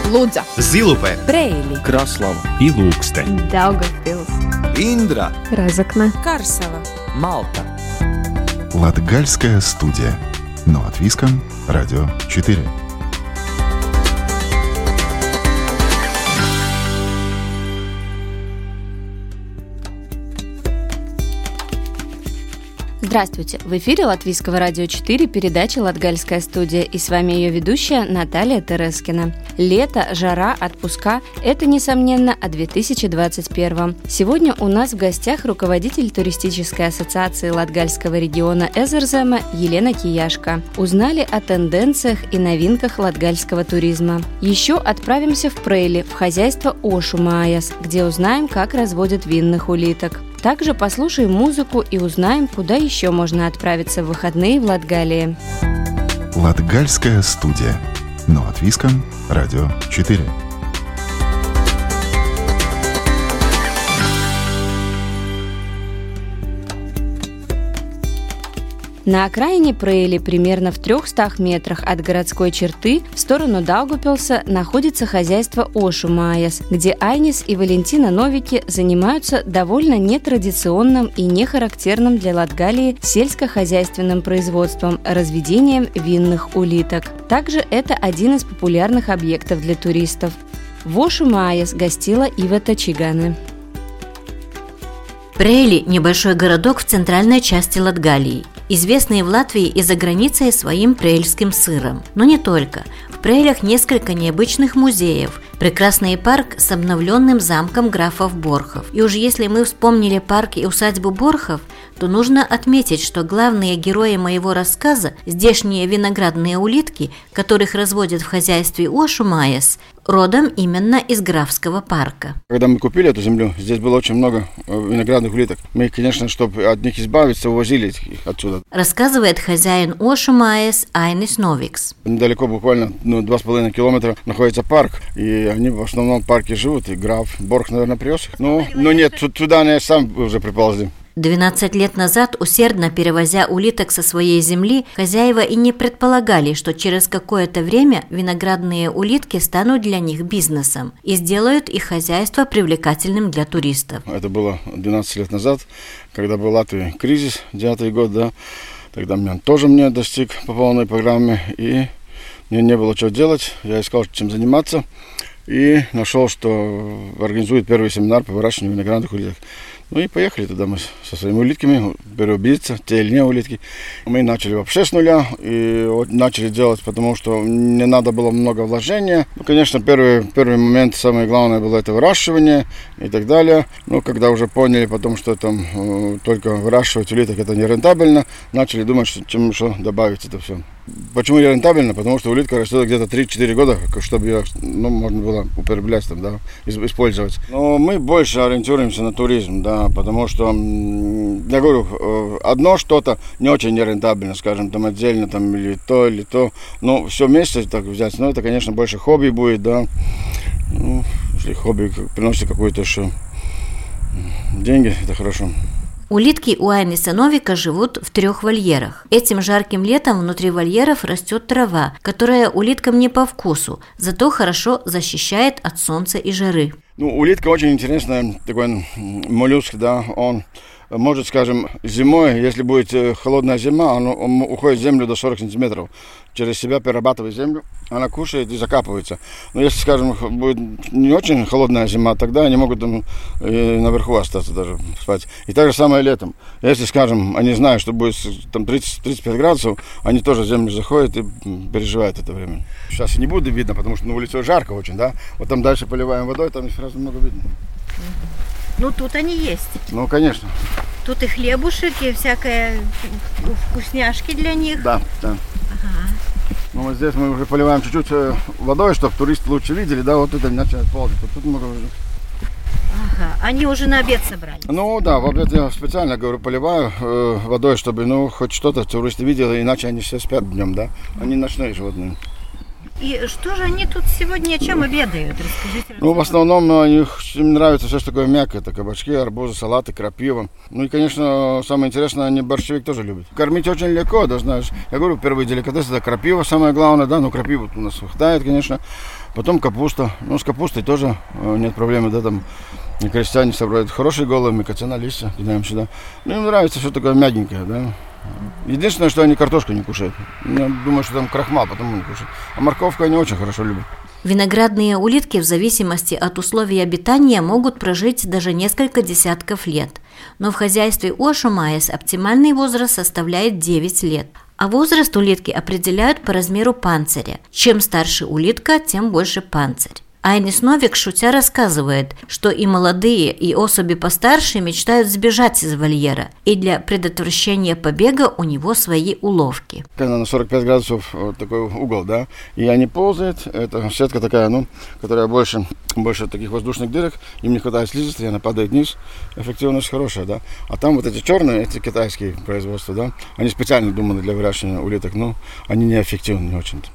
Лудза, Зилупе, Бреили, Краслава и Лукстē, Daugavpils, Индра, Разокне, Карсела, Малта. Латгальская студия. Но от Виском, Радио 4. Здравствуйте! В эфире Латвийского радио 4 передача «Латгальская студия», и с вами ее ведущая Наталья Терескина. Лето, жара, отпуска – это, несомненно, о 2021. Сегодня у нас в гостях руководитель туристической ассоциации Латгальского региона Эзерзема Елена Кияшко. Узнали о тенденциях и новинках латгальского туризма. Еще отправимся в Прейли, в хозяйство Ошумаяс, где узнаем, как разводят винных улиток. Также послушаем музыку и узнаем, куда еще можно отправиться в выходные в Латгалии. Латгальская студия. Но от Виском, Радио 4. На окраине Прейли, примерно в 300 метрах от городской черты, в сторону Даугавпилса, находится хозяйство Ошумаяс, где Айнис и Валентина Новики занимаются довольно нетрадиционным и нехарактерным для Латгалии сельскохозяйственным производством, разведением винных улиток. Также это один из популярных объектов для туристов. В Ошумаяс гостила Ивета Чигане. Прейли – небольшой городок в центральной части Латгалии, известный в Латвии и за границей своим прейльским сыром. Но не только. В Прейлях несколько необычных музеев, прекрасный парк с обновленным замком графов Борхов. И уж если мы вспомнили парк и усадьбу Борхов, то нужно отметить, что главные герои моего рассказа, здешние виноградные улитки, которых разводят в хозяйстве Ошумаяс, родом именно из графского парка. Когда мы купили эту землю, здесь было очень много виноградных улиток. Мы, конечно, чтобы от них избавиться, увозили их отсюда. Рассказывает хозяин Ошумаяс Айнис Новикс. Недалеко, буквально 2,5 километра, находится парк. И они в основном в парке живут. И граф Борх, наверное, привез их. Но нет, туда они сами уже приползли. 12 лет назад, усердно перевозя улиток со своей земли, хозяева и не предполагали, что через какое-то время виноградные улитки станут для них бизнесом и сделают их хозяйство привлекательным для туристов. Это было 12 лет назад, когда был в Латвии кризис, 9-й год, да. Тогда меня достиг по полной программе, и мне не было что делать. Я искал, чем заниматься, и нашел, что организует первый семинар по выращиванию виноградных улиток. Ну и поехали туда мы со своими улитками, переубедиться, те или не улитки. Мы начали вообще с нуля и начали делать, потому что не надо было много вложения. Ну, конечно, первый момент, самое главное было это выращивание и так далее. Но когда уже поняли потом, что там только выращивать улиток это не рентабельно, начали думать, чем еще добавить это все. Почему не рентабельно? Потому что улитка растет где-то 3-4 года, чтобы ее можно было употреблять, там, да, использовать. Но мы больше ориентируемся на туризм, да, потому что, я говорю, одно что-то не очень нерентабельно, скажем, там отдельно, там, или то. Но все вместе так взять, но это, конечно, больше хобби будет, да. Ну, если хобби приносит какую-то еще деньги, это хорошо. Улитки у Айниса Новика живут в 3 вольерах. Этим жарким летом внутри вольеров растет трава, которая улиткам не по вкусу, зато хорошо защищает от солнца и жары. Ну, улитка очень интересная, такой моллюск, да, он может, скажем, зимой, если будет холодная зима, он уходит в землю до 40 сантиметров. Через себя перерабатывает землю, она кушает и закапывается. Но если, скажем, будет не очень холодная зима, тогда они могут там наверху остаться даже спать. И так же самое летом. Если, скажем, они знают, что будет там 30-35 градусов, они тоже в землю заходят и переживают это время. Сейчас не будет видно, потому что на улице жарко очень, да. Вот там дальше поливаем водой, там сразу много видно. Ну, тут они есть. Ну, конечно. Тут и хлебушек, и всякие вкусняшки для них. Да. Ага. Ну, вот здесь мы уже поливаем чуть-чуть водой, чтобы туристы лучше видели, да, вот это начинает ползать. Вот тут много уже. Ага, они уже на обед собрали. Ну, да, в обед я специально, говорю, поливаю водой, чтобы, хоть что-то туристы видели, иначе они все спят днем, да. Они ночные животные. И что же они тут сегодня, чем обедают? Расскажите. Ну, в основном им нравится все, что такое мягкое. Это кабачки, арбузы, салаты, крапива. Ну и, конечно, самое интересное, они борщевик тоже любят. Кормить очень легко, да, знаешь. Я говорю, первый деликатес это крапива, самое главное, да, но крапиву у нас хватает, конечно. Потом капуста. Ну, с капустой тоже нет проблемы, да, там крестьяне собирают хорошие головы, микоцена, листья, кидаем сюда. Ну, им нравится все такое мягенькое, да. Единственное, что они картошку не кушают. Я думаю, что там крахмал, потому не кушают. А морковку они очень хорошо любят. Виноградные улитки в зависимости от условий обитания могут прожить даже несколько десятков лет. Но в хозяйстве Uošumajas оптимальный возраст составляет 9 лет. А возраст улитки определяют по размеру панциря. Чем старше улитка, тем больше панцирь. Айнис Новик, шутя, рассказывает, что и молодые, и особи постарше мечтают сбежать из вольера, и для предотвращения побега у него свои уловки. Когда на 45 градусов вот такой угол, да, и они ползают, это сетка такая, ну, которая больше таких воздушных дырок, им не хватает слизистой, она падает вниз, эффективность хорошая, да. А там вот эти черные, эти китайские производства, да, они специально думаны для выращивания улиток, но они неэффективны очень-то.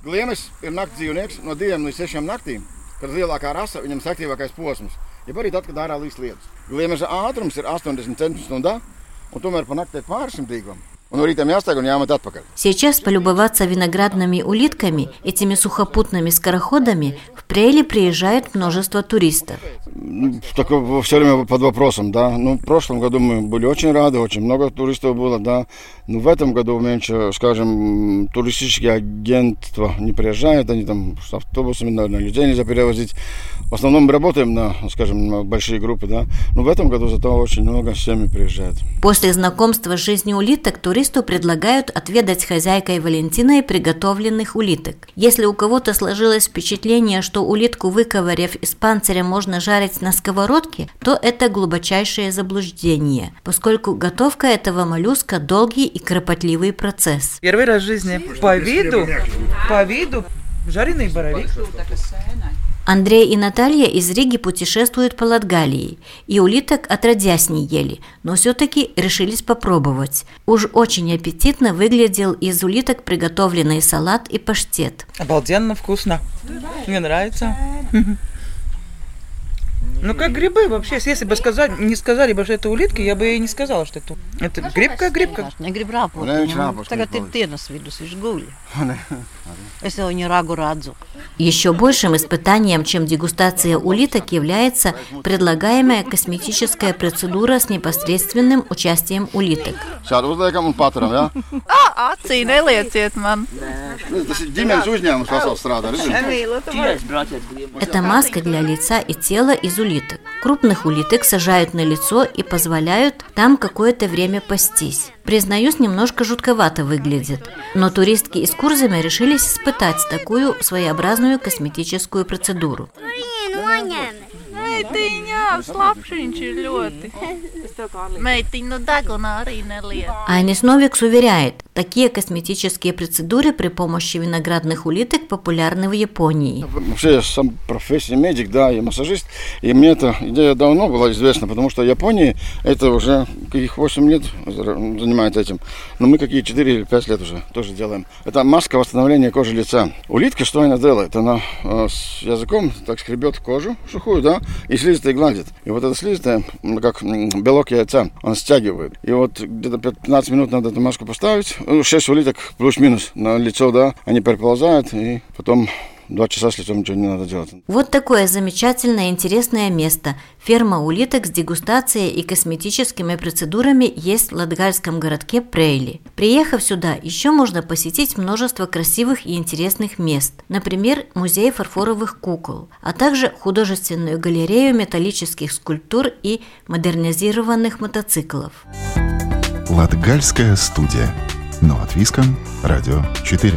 Kad lielākā rasa, viņam aktīvākais posms. Ja arī tad, kad ārā līst lietus. Gliemeža ātrums ir 80 cm/stundā, un tomēr pa nakti tiek pāri šim tīklam. Сейчас полюбоваться виноградными улитками, этими сухопутными скороходами, в Прейли приезжает множество туристов. Так все время под вопросом, да. Ну, в прошлом году мы были очень рады, очень много туристов было, да. Но в этом году меньше, скажем, туристические агентства не приезжают, они там с автобусами, наверное, людей нельзя перевозить. В основном мы работаем на, скажем, на большие группы, да. Но в этом году зато очень много семей приезжает. После знакомства с жизнью улиток туристу предлагают отведать хозяйкой Валентиной приготовленных улиток. Если у кого-то сложилось впечатление, что улитку, выковыряв из панциря, можно жарить на сковородке, то это глубочайшее заблуждение, поскольку готовка этого моллюска долгий и кропотливый процесс. Первый раз в жизни по виду жареный боровик. Андрей и Наталья из Риги путешествуют по Латгалии, и улиток отродясь не ели, но все-таки решились попробовать. Уж очень аппетитно выглядел из улиток приготовленный салат и паштет. Обалденно вкусно. Мне нравится. Ну, как грибы вообще. Если бы не сказали бы, что это улитки, я бы и не сказала, что это грибка. Не гриб рапорт. Tagad ir dienas vidus, viņš guļ. Es jau viņu ragu redzu. Еще большим испытанием, чем дегустация улиток, является предлагаемая косметическая процедура с непосредственным участием улиток. Acī nelieciet man. Это маска для лица и тела из улиток. Крупных улиток сажают на лицо и позволяют там какое-то время пастись. Признаюсь, немножко жутковато выглядит, но туристки из Курзема решились испытать такую своеобразную косметическую процедуру. Айнис Новикс уверяет, такие косметические процедуры при помощи виноградных улиток популярны в Японии. Вообще я сам профессия медик, да, и массажист, и мне эта идея давно была известна, потому что в Японии это уже каких 8 лет занимается этим, но мы какие 4 или 5 лет уже тоже делаем. Это маска восстановления кожи лица. Улитка что она делает? Она с языком так скребет кожу сухую, да, и слизистой гладит. И вот эта слизистая, как белок яйца, он стягивает. И вот где-то 15 минут надо эту маску поставить. 6 улиток плюс-минус на лицо, да, они переползают, и потом 2 часа с лицом ничего не надо делать. Вот такое замечательное, интересное место. Ферма улиток с дегустацией и косметическими процедурами есть в латгальском городке Прейли. Приехав сюда, еще можно посетить множество красивых и интересных мест. Например, музей фарфоровых кукол, а также художественную галерею металлических скульптур и модернизированных мотоциклов. Латгальская студия. Но от Виском, Радио 4.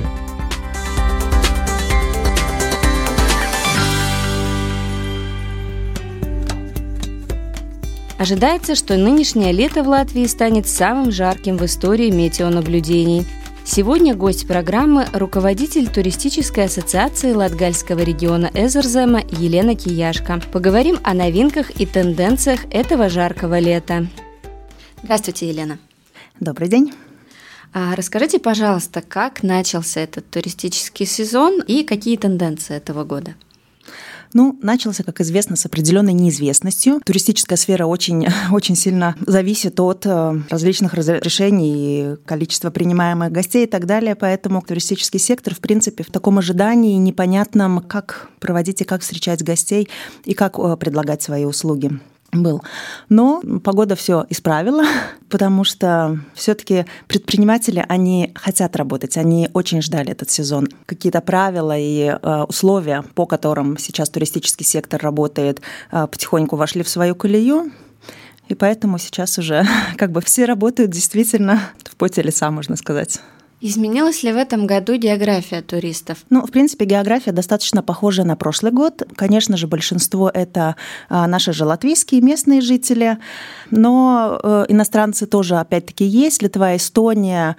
Ожидается, что нынешнее лето в Латвии станет самым жарким в истории метеонаблюдений. Сегодня гость программы – руководитель туристической ассоциации Латгальского региона Эзерзема Елена Кияшко. Поговорим о новинках и тенденциях этого жаркого лета. Здравствуйте, Елена. Добрый день. А расскажите, пожалуйста, как начался этот туристический сезон и какие тенденции этого года? Начался, как известно, с определенной неизвестностью. Туристическая сфера очень, очень сильно зависит от различных разрешений и количества принимаемых гостей и так далее. Поэтому туристический сектор, в принципе, в таком ожидании непонятном, как проводить и как встречать гостей и как предлагать свои услуги был. Но погода все исправила, потому что все-таки предприниматели, они хотят работать, они очень ждали этот сезон. Какие-то правила и условия, по которым сейчас туристический сектор работает, потихоньку вошли в свою колею. И поэтому сейчас уже все работают действительно в поте лица, можно сказать. Изменилась ли в этом году география туристов? В принципе, география достаточно похожа на прошлый год. Конечно же, большинство – это наши же латвийские местные жители, но иностранцы тоже, опять-таки, есть. Литва, Эстония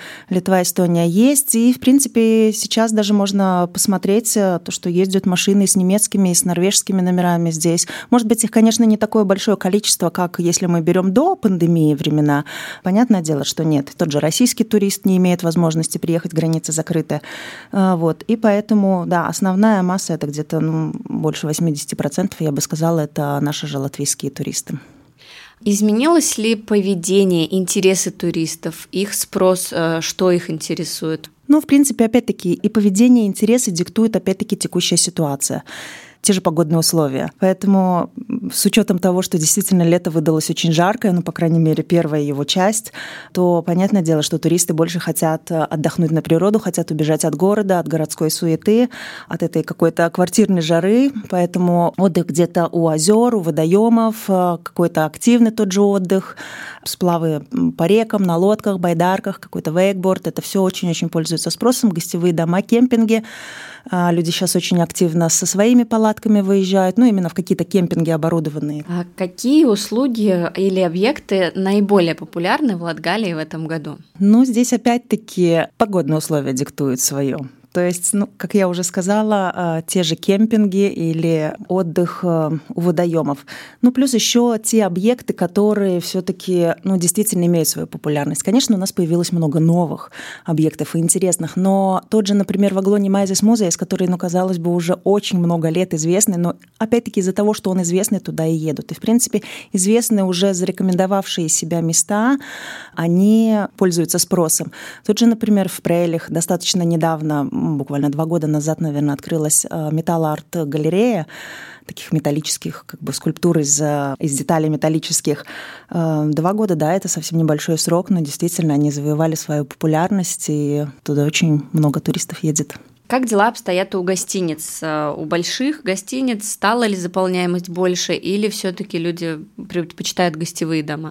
есть. И, в принципе, сейчас даже можно посмотреть то, что ездят машины с немецкими и с норвежскими номерами здесь. Может быть, их, конечно, не такое большое количество, как если мы берем до пандемии времена. Понятное дело, что нет. Тот же российский турист не имеет возможности приехать, границы закрыты. И поэтому, да, основная масса, это где-то больше 80%, я бы сказала, это наши же латвийские туристы. Изменилось ли поведение, интересы туристов, их спрос, что их интересует? В принципе, опять-таки, и поведение, и интересы диктует, опять-таки, текущая ситуация. Те же погодные условия. Поэтому с учетом того, что действительно лето выдалось очень жаркое, по крайней мере, первая его часть, то понятное дело, что туристы больше хотят отдохнуть на природу, хотят убежать от города, от городской суеты, от этой какой-то квартирной жары. Поэтому отдых где-то у озер, у водоемов, какой-то активный тот же отдых, сплавы по рекам, на лодках, байдарках, какой-то вейкборд. Это все очень-очень пользуется спросом. Гостевые дома, кемпинги. Люди сейчас очень активно со своими палатками выезжают, именно в какие-то кемпинги оборудованные. А какие услуги или объекты наиболее популярны в Латгалии в этом году? Здесь опять-таки погодные условия диктуют свое. То есть, как я уже сказала, те же кемпинги или отдых у водоемов. Плюс еще те объекты, которые все-таки действительно имеют свою популярность. Конечно, у нас появилось много новых объектов и интересных, но тот же, например, Ваглони Майзес музей, который, казалось бы, уже очень много лет известный, но опять-таки из-за того, что он известный, туда и едут. И, в принципе, известные уже зарекомендовавшие себя места, они пользуются спросом. Тот же, например, в Прейлях достаточно недавно, буквально 2 года назад, наверное, открылась металл-арт-галерея, таких металлических скульптур из деталей металлических. 2 года, да, это совсем небольшой срок, но действительно они завоевали свою популярность, и туда очень много туристов едет. Как дела обстоят у гостиниц? У больших гостиниц стала ли заполняемость больше, или все-таки люди предпочитают гостевые дома?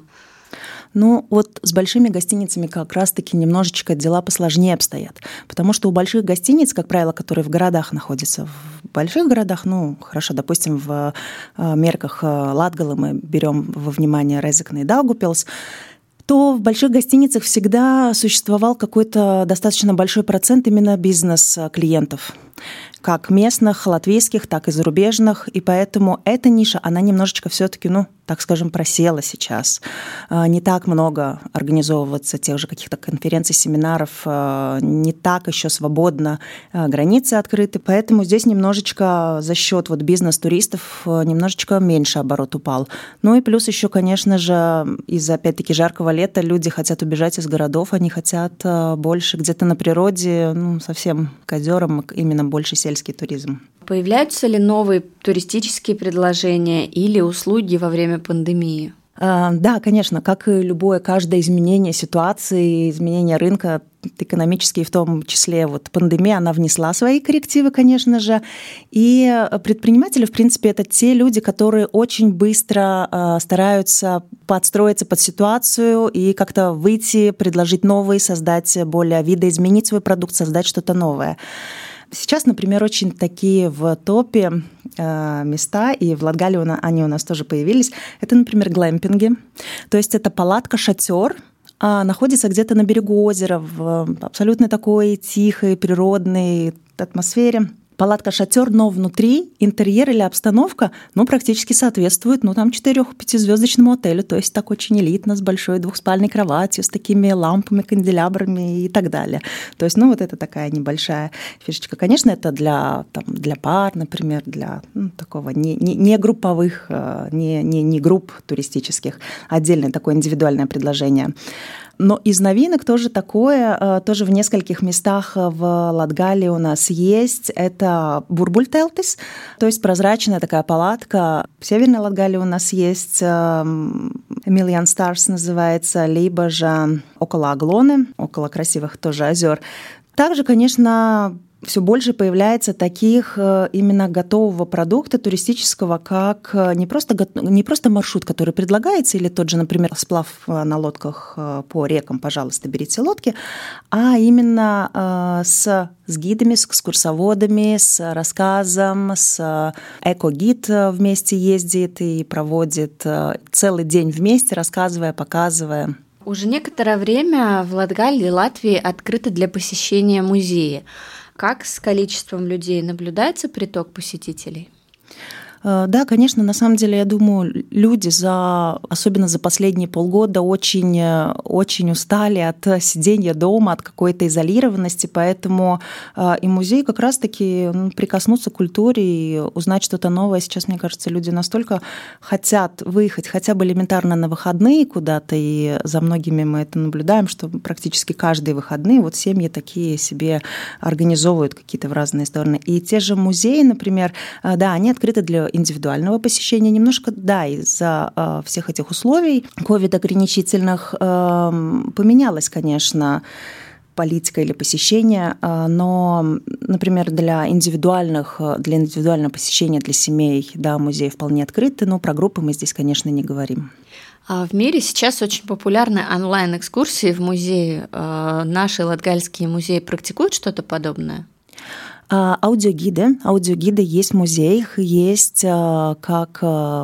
С большими гостиницами как раз-таки немножечко дела посложнее обстоят. Потому что у больших гостиниц, как правило, которые в городах находятся, в больших городах, хорошо, допустим, в мерках Латгалы мы берем во внимание Резекне и Даугупилс, то в больших гостиницах всегда существовал какой-то достаточно большой процент именно бизнес-клиентов, как местных, латвийских, так и зарубежных. И поэтому эта ниша, она немножечко все-таки, так скажем, просела сейчас. Не так много организовываться тех же каких-то конференций, семинаров, не так еще свободно границы открыты. Поэтому здесь немножечко за счет бизнес-туристов немножечко меньше оборот упал. И плюс еще, конечно же, из-за, опять-таки, жаркого лета люди хотят убежать из городов, они хотят больше где-то на природе, совсем к озерам, именно больше сельский туризм. Появляются ли новые туристические предложения или услуги во время пандемии? Да, конечно, как и каждое изменение ситуации, изменение рынка, экономические, в том числе пандемия, она внесла свои коррективы, конечно же. И предприниматели, в принципе, это те люди, которые очень быстро стараются подстроиться под ситуацию и как-то выйти, предложить новые, создать более видоизменить свой продукт, создать что-то новое. Сейчас, например, очень такие в топе места, и в Латгалии они у нас тоже появились. Это, например, глэмпинги. То есть это палатка-шатер, находится где-то на берегу озера, в абсолютно такой тихой, природной атмосфере. палатка-шатер, но внутри интерьер или обстановка, практически соответствует, 4-5-звездочному отелю, то есть так очень элитно, с большой двухспальной кроватью, с такими лампами, канделябрами и так далее. То есть, вот это такая небольшая фишечка. Конечно, это для пар, например, для такого не групповых, не групп туристических, отдельное такое индивидуальное предложение. Но из новинок тоже такое, тоже в нескольких местах в Латгалии у нас есть. Это бурбультелтис, то есть прозрачная такая палатка. В Северной Латгалии у нас есть Million Stars называется, либо же около Аглоны, около красивых тоже озер. Также, конечно, все больше появляется таких именно готового продукта туристического, как не просто маршрут, который предлагается, или тот же, например, сплав на лодках по рекам, пожалуйста, берите лодки, а именно с гидами, с экскурсоводами, с рассказом, с эко-гид вместе ездит и проводит целый день вместе, рассказывая, показывая. Уже некоторое время в Латгалии, Латвии открыты для посещения музеи. Как с количеством людей наблюдается приток посетителей? Да, конечно, на самом деле, я думаю, люди, особенно за последние полгода, очень, очень устали от сидения дома, от какой-то изолированности, поэтому и музей как раз-таки прикоснуться к культуре и узнать что-то новое. Сейчас, мне кажется, люди настолько хотят выехать хотя бы элементарно на выходные куда-то, и за многими мы это наблюдаем, что практически каждые выходные семьи такие себе организовывают какие-то в разные стороны. И те же музеи, например, да, они открыты для индивидуального посещения. Немножко, да, из-за всех этих условий ковид-ограничительных поменялась, конечно, политика или посещение, но, например, для индивидуального посещения для семей, да, музей вполне открыты, но про группы мы здесь, конечно, не говорим. В мире сейчас очень популярны онлайн-экскурсии в музее. Наши латгальские музеи практикуют что-то подобное? Аудиогиды есть в музеях, есть как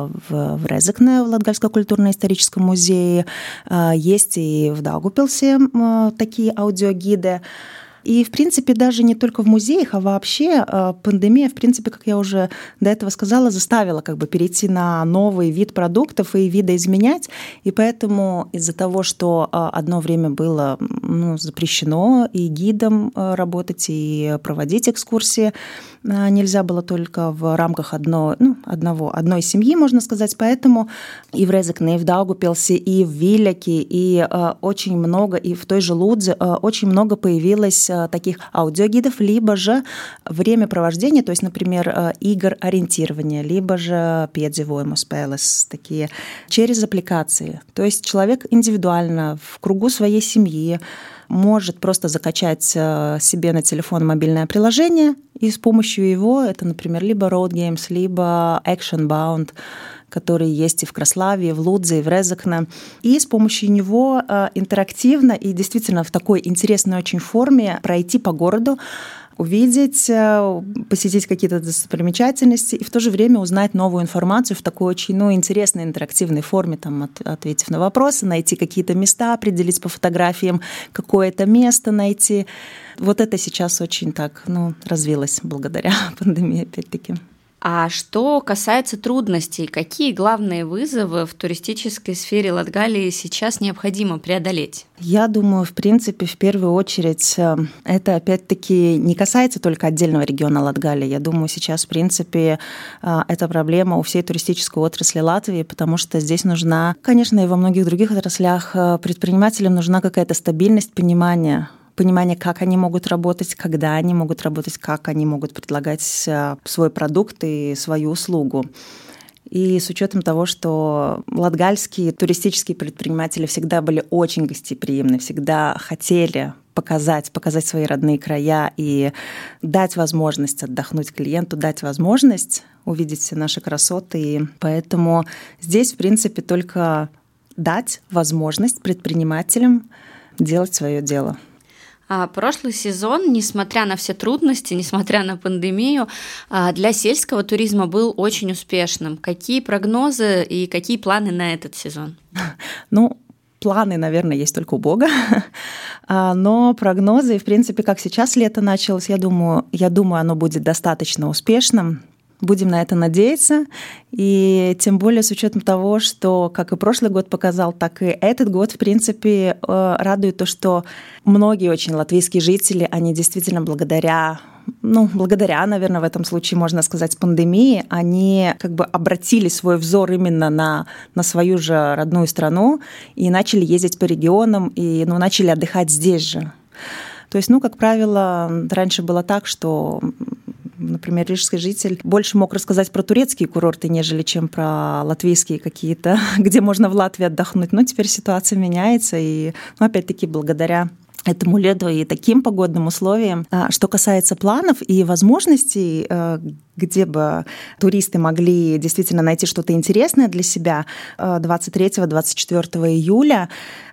в Резекне, в Латгальском культурно-историческом музее, есть и в Даугавпилсе такие аудиогиды. И, в принципе, даже не только в музеях, а вообще пандемия, в принципе, как я уже до этого сказала, заставила перейти на новый вид продуктов и видоизменять. И поэтому из-за того, что одно время было запрещено и гидам работать, и проводить экскурсии, нельзя было только в рамках одной семьи, можно сказать. Поэтому и в Резекне, и в Даугавпилсе, и в Виляке, и очень много, и в той же Лудзе очень много появилось таких аудиогидов, либо же времяпровождения, то есть, например, игр ориентирования, либо же piedzīvojumu spēles, такие через аппликации. То есть человек индивидуально в кругу своей семьи может просто закачать себе на телефон мобильное приложение, и с помощью его, это, например, либо Road Games, либо Action Bound, которые есть и в Краславе, и в Лудзе, и в Резекне. И с помощью него интерактивно и действительно в такой интересной очень форме пройти по городу, увидеть, посетить какие-то достопримечательности и в то же время узнать новую информацию в такой очень интересной интерактивной форме, ответив на вопросы, найти какие-то места, определить по фотографиям какое-то место найти. Вот это сейчас очень так развилось благодаря пандемии, опять-таки. А что касается трудностей, какие главные вызовы в туристической сфере Латгалии сейчас необходимо преодолеть? Я думаю, в принципе, в первую очередь, это опять-таки не касается только отдельного региона Латгалии. Я думаю, сейчас, в принципе, это проблема у всей туристической отрасли Латвии, потому что здесь нужна, конечно, и во многих других отраслях предпринимателям нужна какая-то стабильность, понимание, как они могут работать, когда они могут работать, как они могут предлагать свой продукт и свою услугу. И с учетом того, что латгальские туристические предприниматели всегда были очень гостеприимны, всегда хотели показать свои родные края и дать возможность отдохнуть клиенту, дать возможность увидеть все наши красоты. И поэтому здесь, в принципе, только дать возможность предпринимателям делать свое дело. Прошлый сезон, несмотря на все трудности, несмотря на пандемию, для сельского туризма был очень успешным. Какие прогнозы и какие планы на этот сезон? планы, наверное, есть только у Бога. Но прогнозы, в принципе, как сейчас лето началось, я думаю, оно будет достаточно успешным. Будем на это надеяться. И тем более с учетом того, что как и прошлый год показал, так и этот год, в принципе, радует то, что многие очень латвийские жители, они действительно благодаря, наверное, в этом случае можно сказать, пандемии, они как бы обратили свой взор именно на свою же родную страну и начали ездить по регионам и начали отдыхать здесь же. То есть, как правило, раньше было так, что, например, рижский житель больше мог рассказать про турецкие курорты, нежели чем про латвийские какие-то, где можно в Латвии отдохнуть. Но теперь ситуация меняется, и, опять-таки, благодаря этому лету и таким погодным условиям. Что касается планов и возможностей, где бы туристы могли действительно найти что-то интересное для себя, 23-24 июля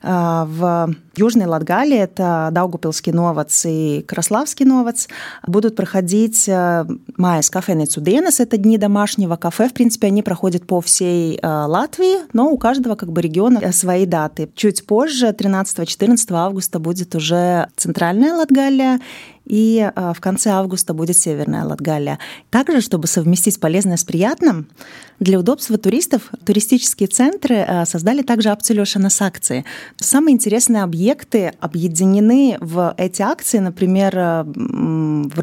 в Южной Латгалии, это Daugavpilsский Novads и Краславский Novads, будут проходить Mājas kafejnīcu dienas, это дни домашнего кафе. В принципе, они проходят по всей Латвии, но у каждого региона свои даты. Чуть позже, 13-14 августа, будет уже Центральная Латгалия, и в конце августа будет Северная Латгалия. Также, чтобы совместить полезное с приятным, для удобства туристов туристические центры создали также apceļošanas акции. Самые интересные объекты объединены в эти акции. Например, в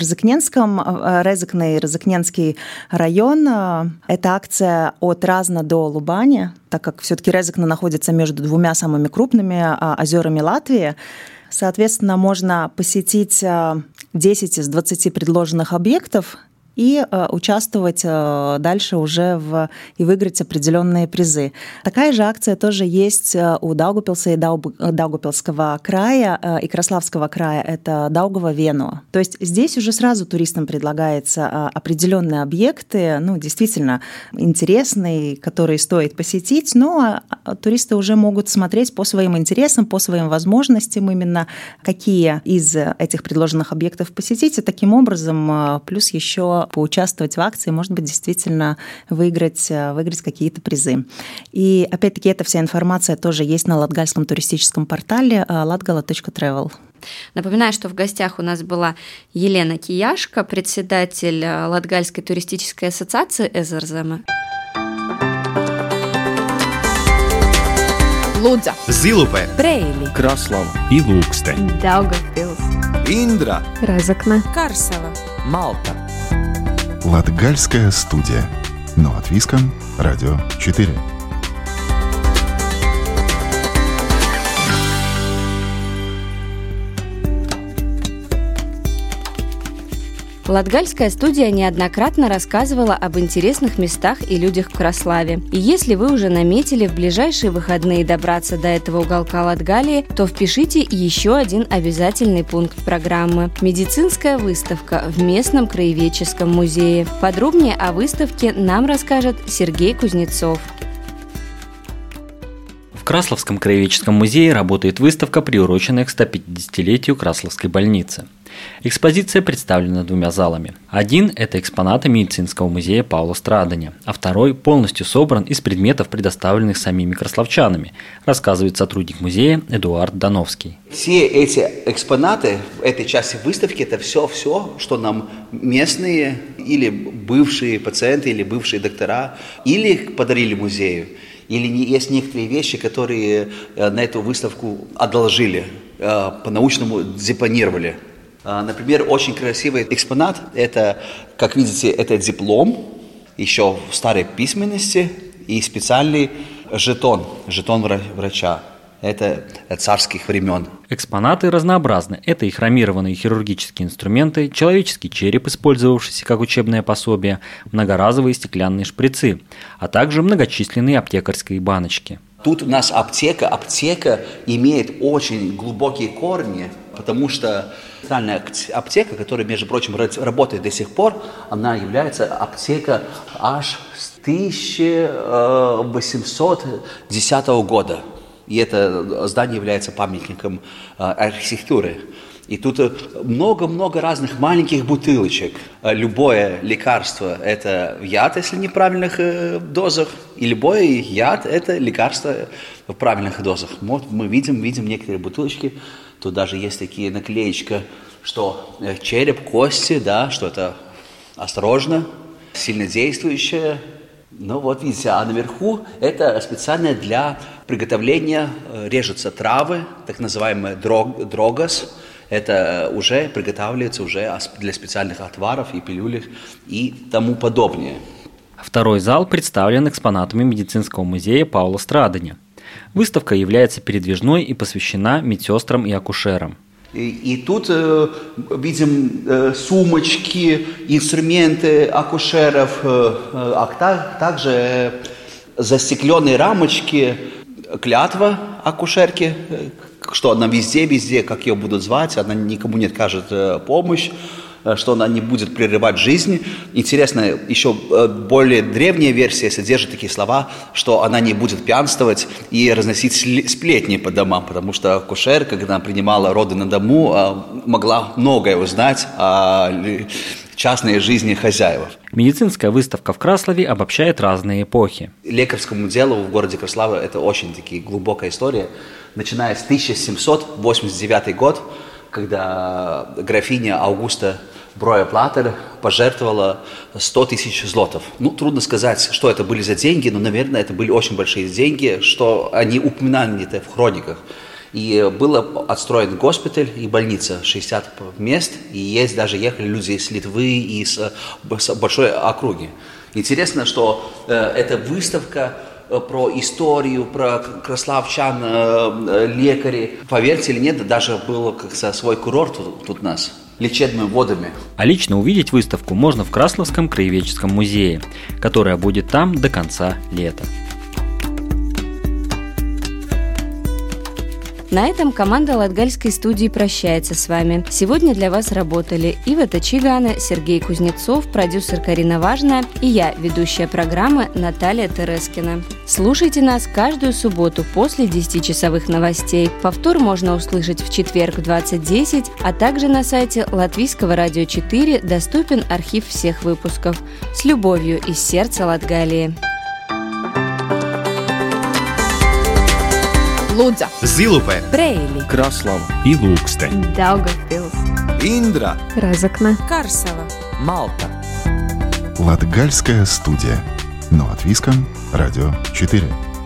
Резекненский район это акция от Разна до Лубани, так как все-таки Резекне находится между двумя самыми крупными озерами Латвии. Соответственно, можно посетить 10 из 20 предложенных объектов и участвовать дальше уже и выиграть определенные призы. Такая же акция тоже есть у Daugavpilsa и Daugavpilsского края и Краславского края, это Daugava-Венуа. То есть здесь уже сразу туристам предлагаются определенные объекты, действительно интересные, которые стоит посетить, но туристы уже могут смотреть по своим интересам, по своим возможностям именно, какие из этих предложенных объектов посетить, и таким образом плюс еще поучаствовать в акции, может быть, действительно выиграть какие-то призы. И, опять-таки, эта вся информация тоже есть на латгальском туристическом портале latgala.travel. Напоминаю, что в гостях у нас была Елена Кияшко, председатель Латгальской туристической ассоциации ЭЗРЗМ. Лудза, Зилупе, Преили, Краслава и Лукстен, Daugavpils, Индра, Разокна, Карсела, Малта. Латгальская студия. На Латвийском радио 4. Латгальская студия неоднократно рассказывала об интересных местах и людях в Краславе. И если вы уже наметили в ближайшие выходные добраться до этого уголка Латгалии, то впишите еще один обязательный пункт программы – медицинская выставка в местном краеведческом музее. Подробнее о выставке нам расскажет Сергей Кузнецов. В Краславском краеведческом музее работает выставка, приуроченная к 150-летию Краславской больницы. Экспозиция представлена двумя залами. Один – это экспонаты медицинского музея Паула Страдания, а второй полностью собран из предметов, предоставленных самими краславчанами, рассказывает сотрудник музея Эдуард Дановский. Все эти экспонаты в этой части выставки – это все, что нам местные или бывшие пациенты, или бывшие доктора, или подарили музею. Или есть некоторые вещи, которые на эту выставку одолжили, по-научному депонировали. Например, очень красивый экспонат, это, как видите, это диплом, еще в старой письменности, и специальный жетон врача. Это царских времен. Экспонаты разнообразны. Это и хромированные хирургические инструменты, человеческий череп, использовавшийся как учебное пособие, многоразовые стеклянные шприцы, а также многочисленные аптекарские баночки. Тут у нас аптека. Аптека имеет очень глубокие корни, потому что центральная аптека, которая, между прочим, работает до сих пор, она является аптека аж с 1810 года. И это здание является памятником архитектуры. И тут много-много разных маленьких бутылочек. Любое лекарство – это яд, если в неправильных дозах, и любой яд – это лекарство в правильных дозах. Вот мы видим некоторые бутылочки, тут даже есть такие наклеечки, что череп, кости, да, что это осторожно, сильнодействующее. Ну вот видите, а наверху это специально для приготовления режутся травы, так называемые дрогос. Это уже приготавливается уже для специальных отваров и пилюлек и тому подобное. Второй зал представлен экспонатами медицинского музея Паула Страдани. Выставка является передвижной и посвящена медсестрам и акушерам. И тут видим сумочки, инструменты акушеров, а также застекленные рамочки, клятва акушерки, что она везде, как ее будут звать, она никому не откажет помощь, что она не будет прерывать жизнь. Интересно, еще более древняя версия содержит такие слова, что она не будет пьянствовать и разносить сплетни по домам, потому что акушер, когда она принимала роды на дому, могла многое узнать о частной жизни хозяев. Медицинская выставка в Краслове обобщает разные эпохи. Лекарскому делу в городе Краслава это очень таки глубокая история. Начиная с 1789 год, когда графиня Аугуста Броя-Платтер пожертвовала 100 тысяч злотов. Ну, трудно сказать, что это были за деньги, но, наверное, это были очень большие деньги, что они упоминали это в хрониках. И был отстроен госпиталь и больница, 60 мест, и ехали люди из Литвы и с большой округи. Интересно, что эта выставка про историю, про краславчан, лекарей. Поверьте или нет, даже был свой курорт тут у нас, лечебными водами. А лично увидеть выставку можно в Красловском краеведческом музее, которая будет там до конца лета. На этом команда Латгальской студии прощается с вами. Сегодня для вас работали Ива Тачигана, Сергей Кузнецов, продюсер Карина Важная и я, ведущая программы Наталья Терескина. Слушайте нас каждую субботу после 10-часовых новостей. Повтор можно услышать в четверг в 20:10, а также на сайте Латвийского радио 4 доступен архив всех выпусков. С любовью из сердца Латгалии. Лудза, Зилупе, Брейли, Краслава и Ilūkste, Daugavpils, Индра, Разокна, Карсела, Малта. Латгальская студия. На Латвийском радио 4.